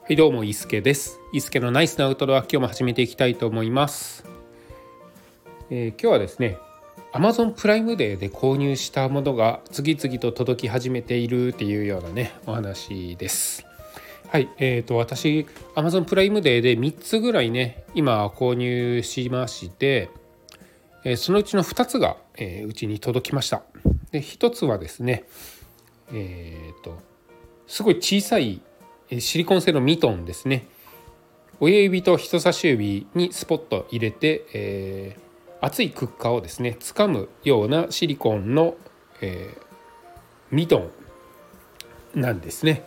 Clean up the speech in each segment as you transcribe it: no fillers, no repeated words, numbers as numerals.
はい、どうも、伊助です。伊助のナイスなアウトドア、今日も始めていきたいと思います。今日はですね、Amazon プライムデーで購入したものが次々と届き始めているっていうようなね、お話です。はい、私 Amazon プライムデーで3つぐらいね、今購入しまして、そのうちの2つが、うちに届きました。で、1つはですね、すごい小さいシリコン製のミトンですね。親指と人差し指にスポット入れて、熱いクッカーをですね掴むようなシリコンの、ミトンなんですね。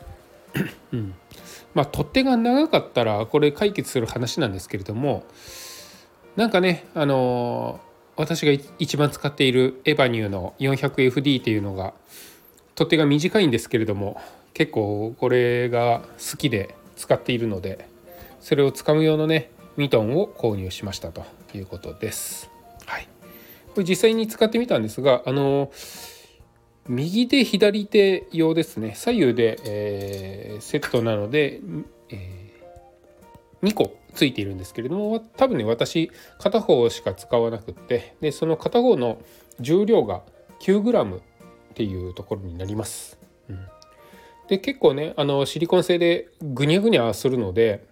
取っ手が長かったらこれ解決する話なんですけれども、なんかね、私が一番使っているエバニューの 400FD っていうのが取っ手が短いんですけれども、結構これが好きで使っているので、それを掴む用のねミトンを購入しましたということです。はい、これ実際に使ってみたんですが、右手左手用ですね。左右で、セットなので、2個ついているんですけれども、多分ね私片方しか使わなくって、でその片方の重量が 9g っていうところになります。で結構ねシリコン製でグニャグニャするので、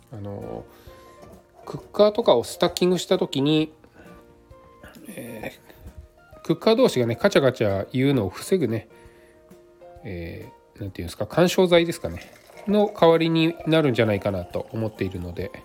クッカーとかをスタッキングした時に、クッカー同士がねカチャカチャ言うのを防ぐね、なんていうんですか、緩衝材ですかねの代わりになるんじゃないかなと思っているので、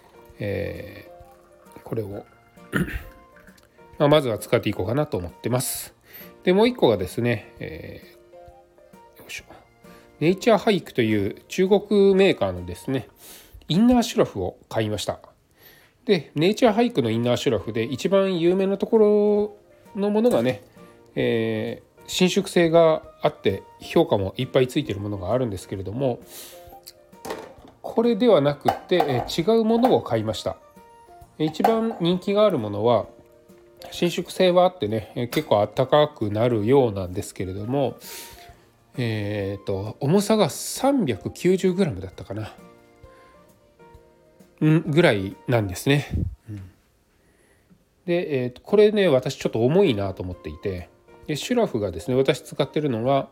これをまずは使っていこうかなと思ってます。でもう一個がですね、よいしょ、ネイチャーハイクという中国メーカーのですねインナーシュラフを買いました。でネイチャーハイクのインナーシュラフで一番有名なところのものがね、伸縮性があって評価もいっぱいついているものがあるんですけれども、これではなくて、違うものを買いました。一番人気があるものは伸縮性はあってね、結構あったかくなるようなんですけれども、重さが 390g だったかなぐらいなんですね。で、これね私ちょっと重いなと思っていて、でシュラフがですね、私使ってるのが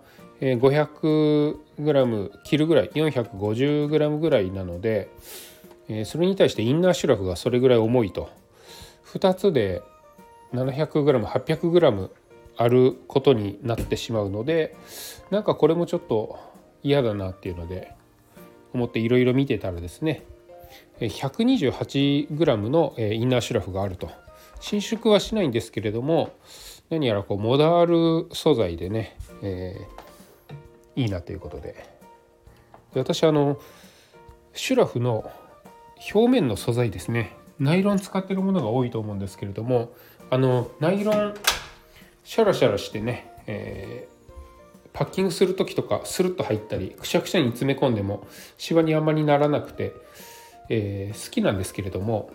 500g 切るぐらい 450g ぐらいなので、それに対してインナーシュラフがそれぐらい重いと、2つで 700g、800g あることになってしまうので、なんかこれもちょっと嫌だなっていうので思っていろいろ見てたらですね、128g のインナーシュラフがあると。伸縮はしないんですけれども、何やらこうモダール素材でね、いいなということで、私シュラフの表面の素材ですね、ナイロン使ってるものが多いと思うんですけれども、ナイロンシャラシャラしてね、パッキングする時とかスルッと入ったりくしゃくしゃに詰め込んでもシワにあんまりならなくて、好きなんですけれども、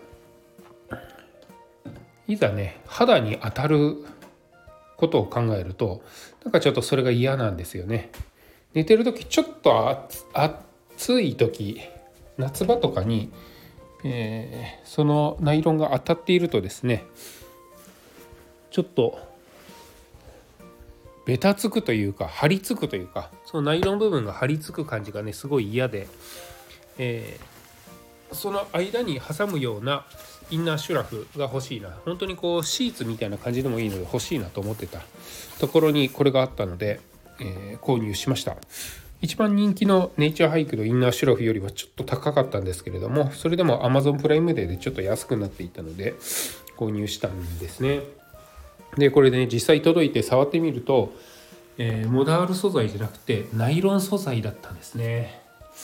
いざね肌に当たることを考えるとなんかちょっとそれが嫌なんですよね。寝てる時ちょっと暑い時、夏場とかに、そのナイロンが当たっているとですね、ちょっとベタつくというか張り付くというか、そのナイロン部分が張り付く感じがねすごい嫌で、その間に挟むようなインナーシュラフが欲しいな、本当にこうシーツみたいな感じでもいいので欲しいなと思ってたところにこれがあったので、購入しました。一番人気のネイチャーハイクのインナーシュラフよりはちょっと高かったんですけれども、それでも Amazon プライムデーでちょっと安くなっていたので購入したんですね。でこれね実際届いて触ってみると、モダール素材じゃなくてナイロン素材だったんですね。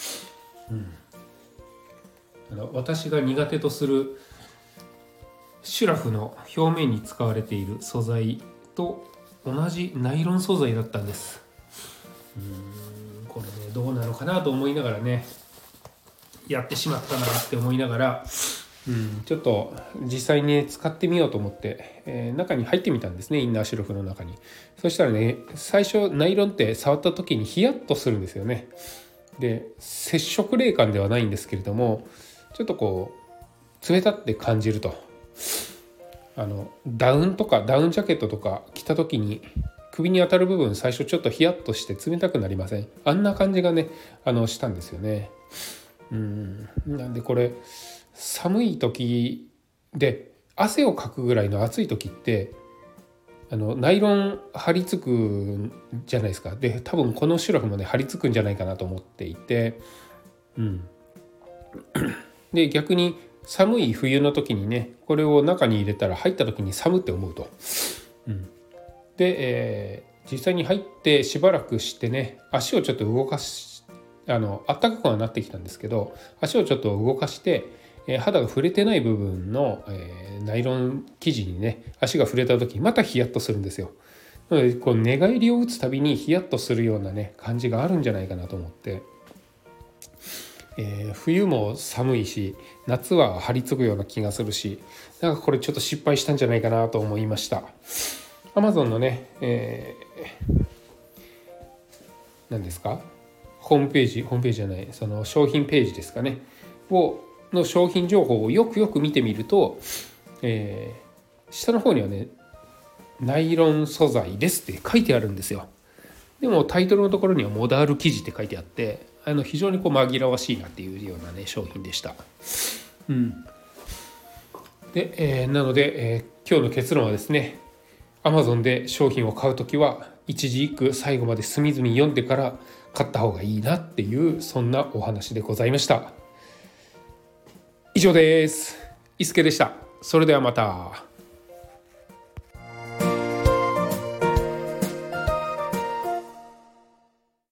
私が苦手とするシュラフの表面に使われている素材と同じナイロン素材だったんです。これねどうなのかなと思いながらね、やってしまったなって思いながら、ちょっと実際に、ね、使ってみようと思って、中に入ってみたんですね、インナーシュラフの中に。そしたらね最初ナイロンって触った時にヒヤッとするんですよね。 で接触冷感ではないんですけれども、ちょっとこう冷たって感じると、ダウンとかダウンジャケットとか着た時に首に当たる部分最初ちょっとヒヤッとして冷たくなりません？あんな感じがねしたんですよね。なんでこれ寒い時で汗をかくぐらいの暑い時ってナイロン張り付くじゃないですか。で多分このシュラフもね張り付くんじゃないかなと思っていて、で逆に寒い冬の時にねこれを中に入れたら入った時に寒って思うと、で、実際に入ってしばらくしてね足をちょっと動かし暖かくはなってきたんですけど、足をちょっと動かして、肌が触れてない部分の、ナイロン生地にね足が触れた時またヒヤッとするんですよ。なのでこう寝返りを打つたびにヒヤッとするようなね感じがあるんじゃないかなと思って、冬も寒いし夏は張り付くような気がするし、なんかこれちょっと失敗したんじゃないかなと思いました。 Amazon のね、何ですか、ホームページじゃない、その商品ページですかねの商品情報をよく見てみると、下の方にはねナイロン素材ですって書いてあるんですよ。でもタイトルのところにはモダール生地って書いてあって、非常にこう紛らわしいなっていうようなね商品でした。で、なので、今日の結論はですね、 Amazon で商品を買うときは一字一句最後まで隅々読んでから買った方がいいなっていう、そんなお話でございました。以上です。伊助でした。それではまた。